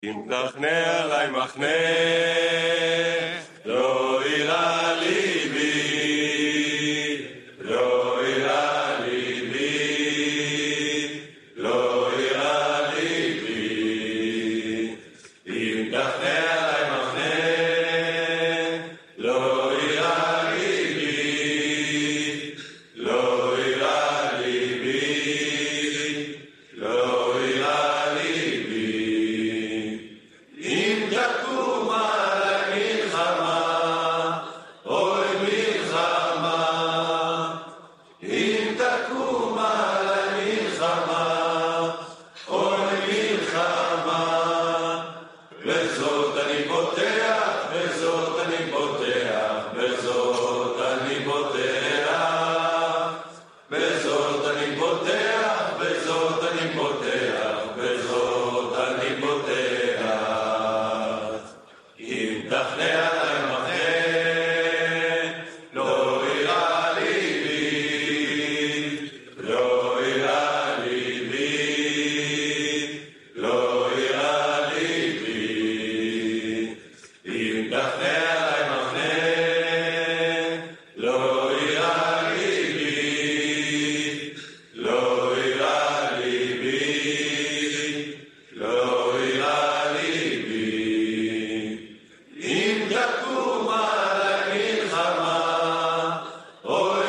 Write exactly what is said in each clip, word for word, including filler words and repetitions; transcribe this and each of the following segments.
אם תחנה עלי מחנה, לא אירע ליבי, לא אירע ליבי, לא אירע ליבי. אם תחנה עלי מחנה, לא אירע ליבי, לא אירע ליבי, לא אירע ליבי. אם תקום על המלחמה, אוי מלחמה, אם תקום על המלחמה, אוי מלחמה, בזאת אני פותח, בזאת אני פותח, בזאת אני פותח, בזאת אני פותח, בזאת אני פותח, בזאת אני פותח. אם תחנה עלי מחנה, לא אירע ליבי, לא אירע ליבי, לא אירע ליבי. אם תחנה עלי מחנה, לא אירע ליבי, לא אירע ליבי, לא אירע ליבי. אם תקום על המלחמה, אוי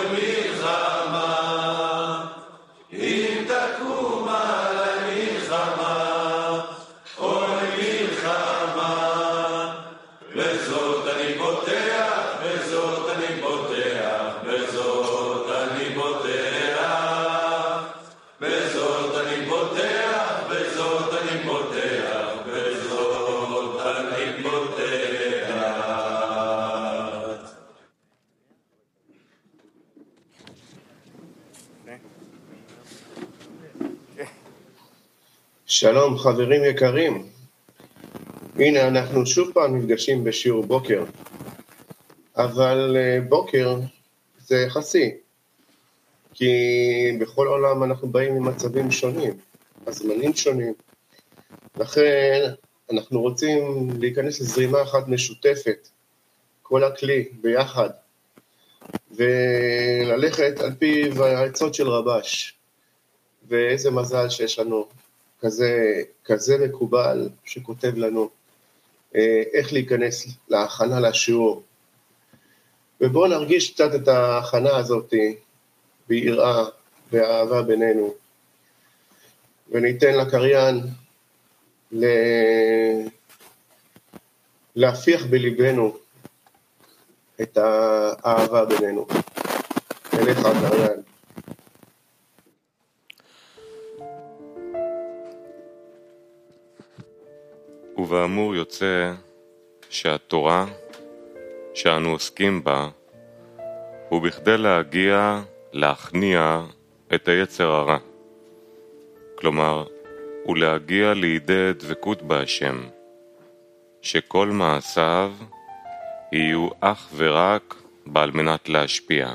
מלחמה, אם תקום על המלחמה, אוי מלחמה, בזאת אני פותח, בזאת אני פותח, בזאת אני פותח, בזאת אני פותח, בזאת אני פותח, בזאת אני פותח. שלום חברים יקרים, הנה אנחנו שוב פעם נפגשים בשיעור בוקר, אבל בוקר זה יחסי, כי בכל העולם אנחנו באים ממצבים שונים, הזמנים שונים, לכן אנחנו רוצים להיכנס לזרימה אחת משותפת, כל הכלי ביחד, וללכת על פי העצות של רבש, ואיזה מזל שיש לנו כזה, כזה מקובל שכותב לנו אה, איך להיכנס להכנה לשיעור. ובואו נרגיש קצת את ההכנה הזאת ביראה ואהבה בינינו, וניתן לקריין ל... להפיח בליבנו את האהבה בינינו. אליך הקריין. ובאמור יוצא שהתורה שאנו עוסקים בה הוא בכדי להגיע להכניע את היצר הרע, כלומר ולהגיע לידי דבקות בהשם, שכל מעשיו יהיו אך ורק בעל מנת להשפיע.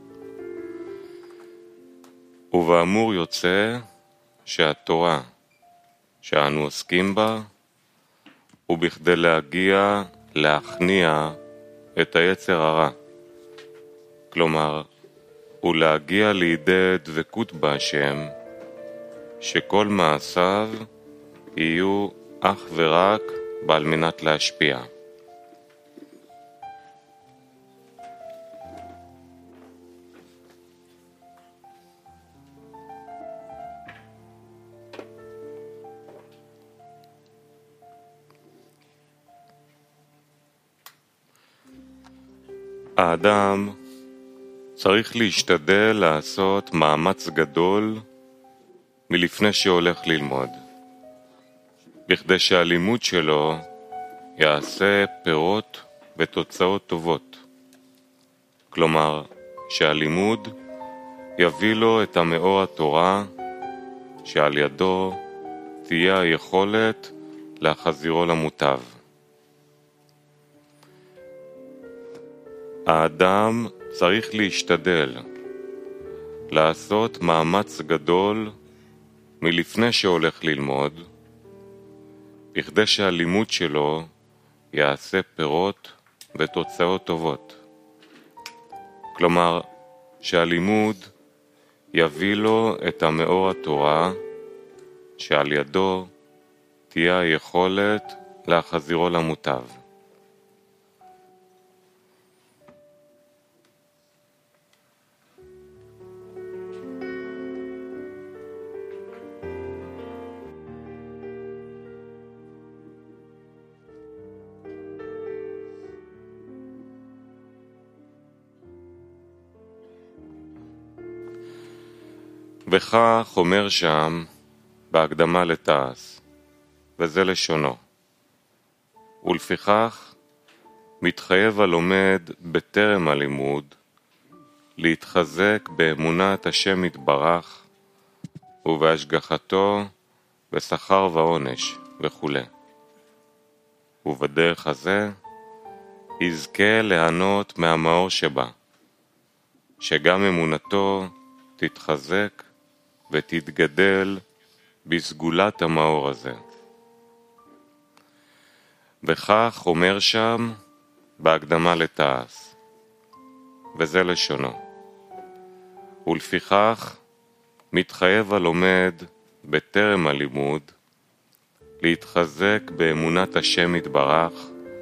ובאמור יוצא שהתורה שאנו עוסקים בה ובכדי להגיע להכניע את היצר הרע, כלומר ולהגיע לידי דבקות בהשם, שכל מעשיו יהיו אך ורק בעל מנת להשפיע. האדם צריך להשתדל לעשות מאמץ גדול מלפני שהולך ללמוד, בכדי שהלימוד שלו יעשה פירות ותוצאות טובות. כלומר, שהלימוד יביא לו את המאור התורה, שעל ידו תהיה היכולת להחזירו למוטב. האדם צריך להשתדל לעשות מאמץ גדול מלפני שהולך ללמוד, בכדי שהלימוד שלו יעשה פירות ותוצאות טובות. כלומר, שהלימוד יביא לו את המאור התורה, שעל ידו תהיה היכולת להחזירו למוטב. וכך אומר שם בהקדמה לתעש, וזה לשונו. ולפיכך מתחייב הלומד בטרם הלימוד להתחזק באמונת השם יתברך ובהשגחתו בשכר ועונש וכו'. ובדרך הזה יזכה ליהנות מהמאור שבה, שגם אמונתו תתחזק ותתגדל בסגולת המאור הזה. וכך אומר שם בהקדמה לתעש, וזה לשונו. ולפיכך מתחייב הלומד בטרם הלימוד להתחזק באמונת השם יתברך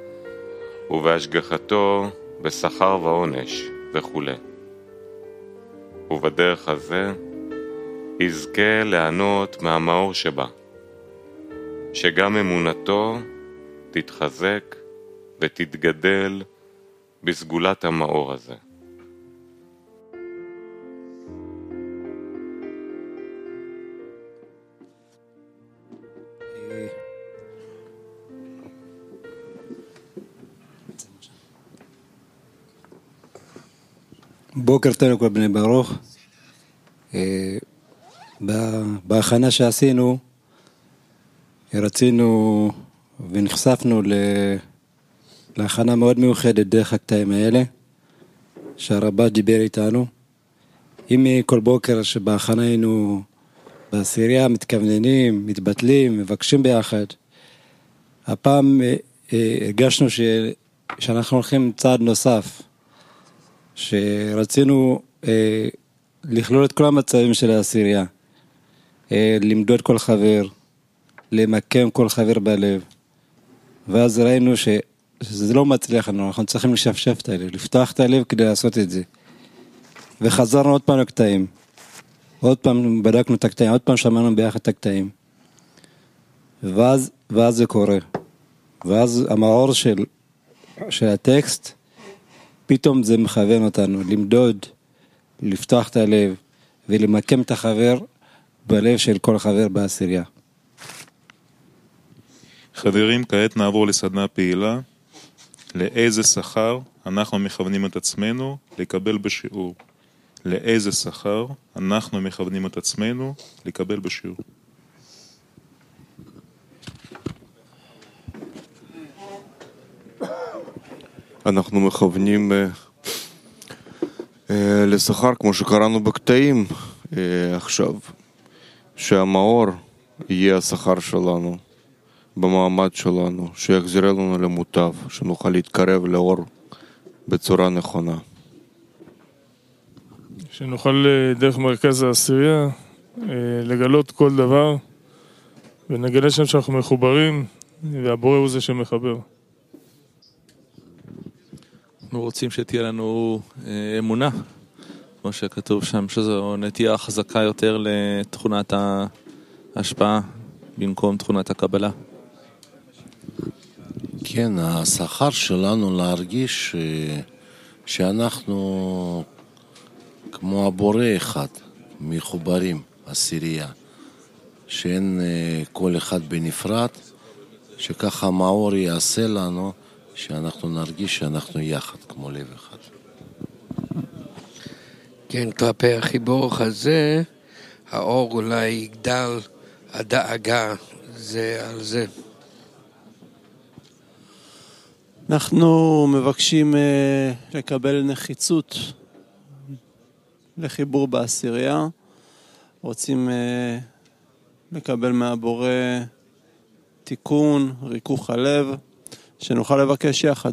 ובהשגחתו בשכר ועונש וכו'. ובדרך הזה יזכה ליהנות מהמאור שבה, שגם אמונתו תתחזק ותתגדל בסגולת המאור הזה. בוקר טוב לכל בני ברוך. בהכנה שעשינו רצינו ונחשפנו להכנה מאוד מיוחדת דרך הקטעים האלה שהרב"ש דיבר איתנו. אם כל בוקר שבהכנה היינו בעשירייה מתכווננים, מתבטלים, מבקשים ביחד, הפעם הרגשנו ש... שאנחנו הולכים צעד נוסף, שרצינו אה, לכלול את כל המצבים של העשירייה, אה, למדוד כל חבר, למקם כל חבר בלב, ואז ראינו ש, שזה לא מצליח לנו, אנחנו צריכים לשפשף את הלב, לפתוח את הלב כדי לעשות את זה. וחזרנו עוד פעם לקטעים, עוד פעם בדקנו את הקטעים, עוד פעם שמענו ביחד את הקטעים, ואז, ואז זה קורה. ואז המאור של, של הטקסט, פתאום זה מכוון אותנו למדוד, לפתוח את הלב ולמקם את החבר בלב של כל חבר בעשירייה. חברים, כעת נעבור לסדנה פעילה. לאיזה שכר אנחנו מכוונים את עצמנו לקבל בשיעור? לאיזה שכר אנחנו מכוונים את עצמנו לקבל בשיעור? אנחנו מכוונים לשכר, כמו שקראנו בקטעים עכשיו, שהמאור יהיה השכר שלנו, במעמד שלנו, שיחזיר לנו למוטב, שנוכל להתקרב לאור בצורה נכונה. שנוכל דרך מרכז העשירייה לגלות כל דבר, ונגלה שם שאנחנו מחוברים, והבורא הוא זה שמחבר. אנחנו רוצים שתהיה לנו אמונה, כמו שכתוב שם, שזו נטייה חזקה יותר לתכונת ההשפעה, במקום תכונת הקבלה. כן, השכר שלנו להרגיש שאנחנו כמו הבורא אחד, מחוברים, עשירייה, שאין כל אחד בנפרד, שככה המאור יעשה לנו, שאנחנו נרגיש שאנחנו יחד, כמו לב אחד. כן, כלפי החיבור הזה, האור אולי יגדל, הדאגה זה על זה. אנחנו מבקשים uh, לקבל נחיצות לחיבור בעשירייה, רוצים uh, לקבל מהבורא תיקון, ריכוך הלב, שנוכל לבקש יחד.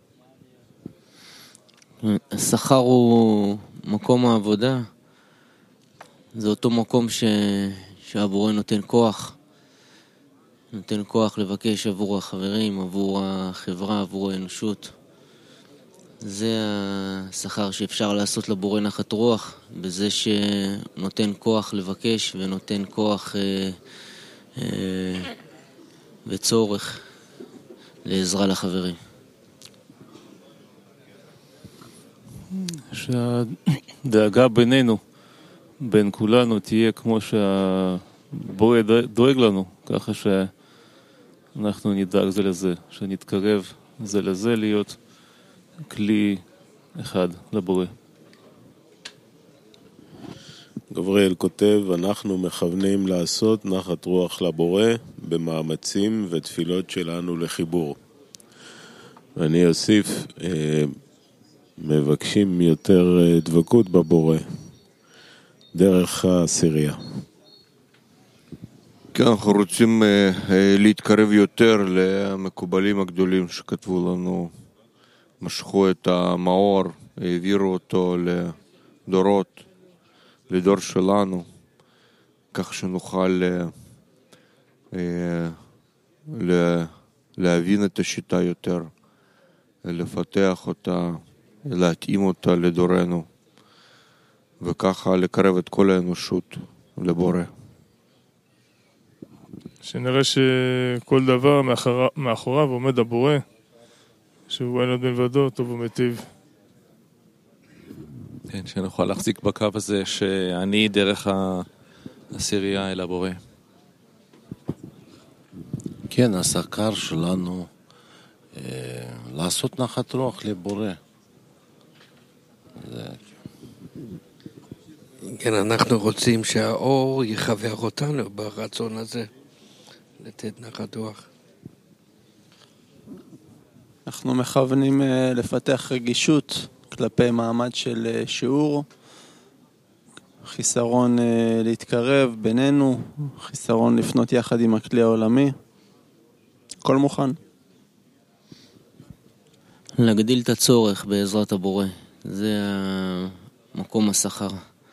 השכר הוא מקום העבודה, זה אותו מקום ש... שהבורא נותן כוח, נותן כוח לבקש עבור החברים, עבור החברה, עבור האנושות. זה השכר שאפשר לעשות לבורא נחת רוח, בזה שנותן כוח לבקש ונותן כוח אה, אה, וצורך לעזרה לחברים. שהדאגה בינינו, בין כולנו, תהיה כמו שהבורא דואג לנו, ככה שאנחנו נדאג זה לזה, שנתקרב זה לזה להיות כלי אחד לבורא. גבריאל כותב, אנחנו מכוונים לעשות נחת רוח לבורא במאמצים ותפילות שלנו לחיבור. ואני אוסיף, מבקשים יותר דבקות בבורא דרך העשירייה. כן, אנחנו רוצים להתקרב יותר למקובלים הגדולים שכתבו לנו, משכו את המאור, העבירו אותו לדורות, לדור שלנו, כך שנוכל להבין את השיטה יותר, לפתח אותה, להתאים אותה לדורנו, וככה לקרב את כל האנושות לבורא. שנראה שכל דבר מאחור, מאחוריו עומד הבורא, שהוא אין עוד מלבדו, טוב ומיטיב. כן, שנוכל להחזיק בקו הזה שאני דרך העשירייה אל הבורא. כן, השכר שלנו אה, לעשות נחת רוח לבורא. זה... כן, אנחנו רוצים שהאור יחבר אותנו ברצון הזה, לתת נחת רוח. אנחנו מכוונים לפתח רגישות כלפי מעמד של שיעור, חיסרון להתקרב בינינו, חיסרון לפנות יחד עם הכלי העולמי. הכל מוכן. להגדיל את הצורך בעזרת הבורא, זה המקום השכר.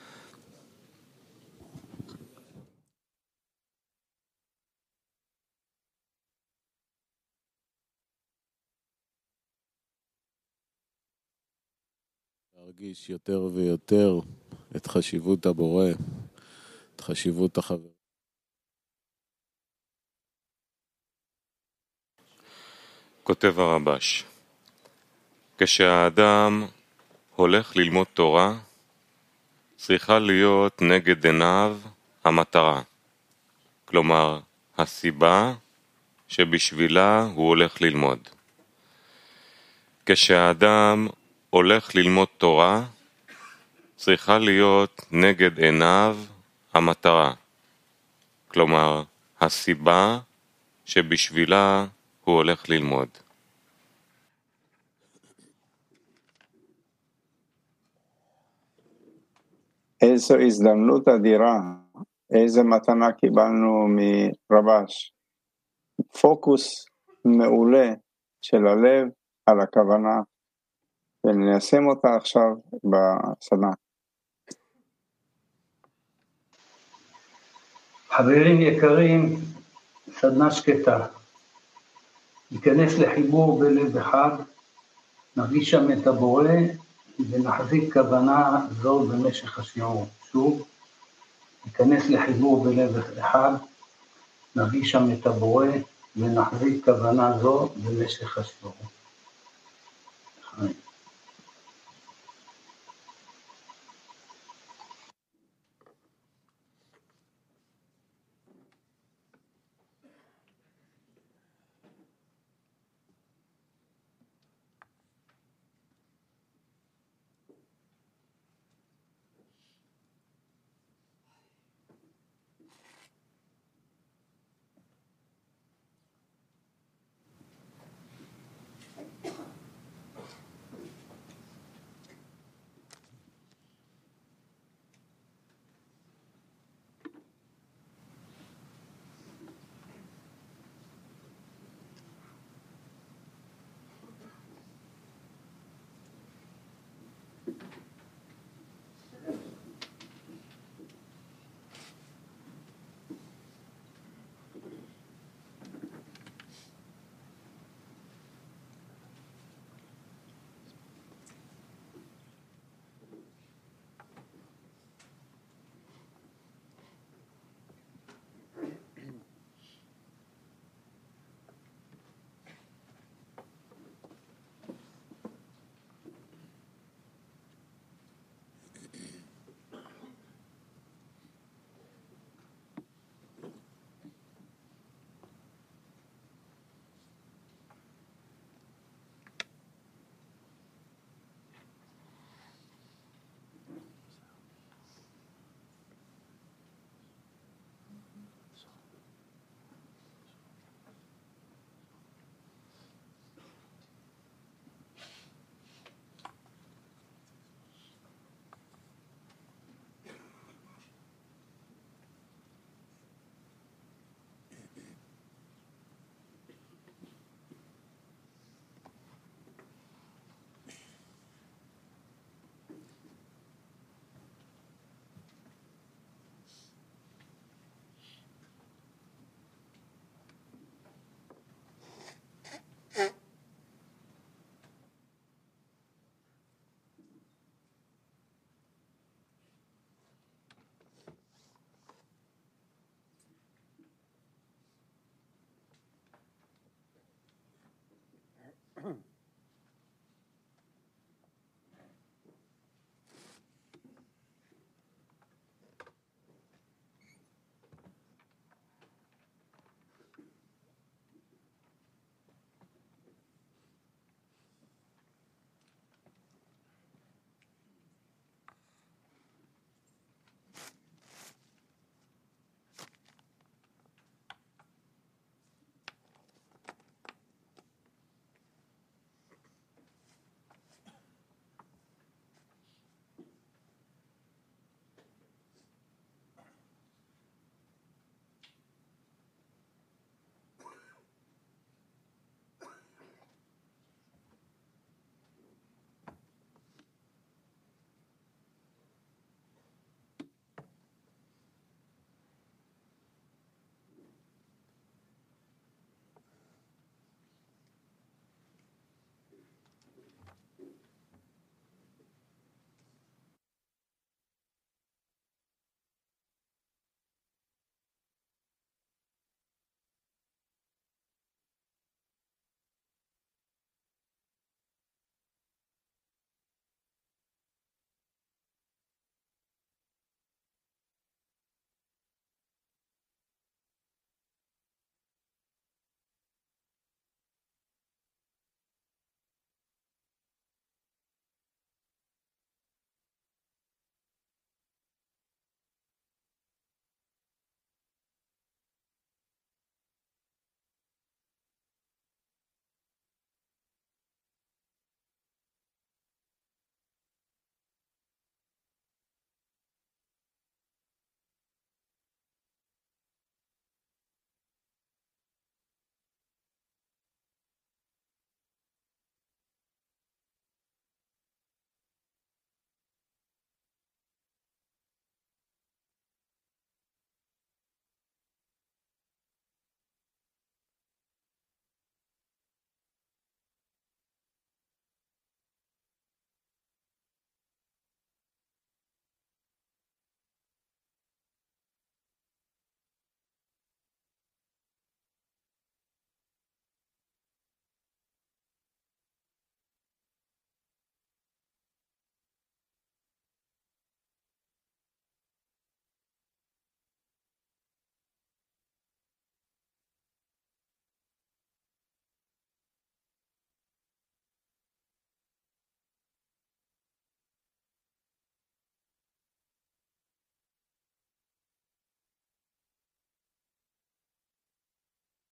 להרגיש יותר ויותר את חשיבות הבורא, את חשיבות החבר. כותב הרבש, כשהאדם הולך ללמוד תורה, צריכה להיות נגד עיניו המטרה, כלומר הסיבה שבשבילה הוא הולך ללמוד. כשהאדם הולך ללמוד תורה, צריכה להיות נגד עיניו המטרה, כלומר הסיבה שבשבילה הוא הולך ללמוד. איזו הזדמנות אדירה, איזו מתנה קיבלנו מרבש. פוקוס מעולה של הלב על הכוונה, וניישם אותה עכשיו בסדנה. חברים יקרים, סדנה שקטה. ניכנס לחיבור בלב אחד, נרגיש שם את הבורא, ונחזיק כוונה זו במשך השיעור. שוב, ניכנס לחיבור בלב אחד, נרגיש שם את הבורא, ונחזיק כוונה זו במשך השיעור.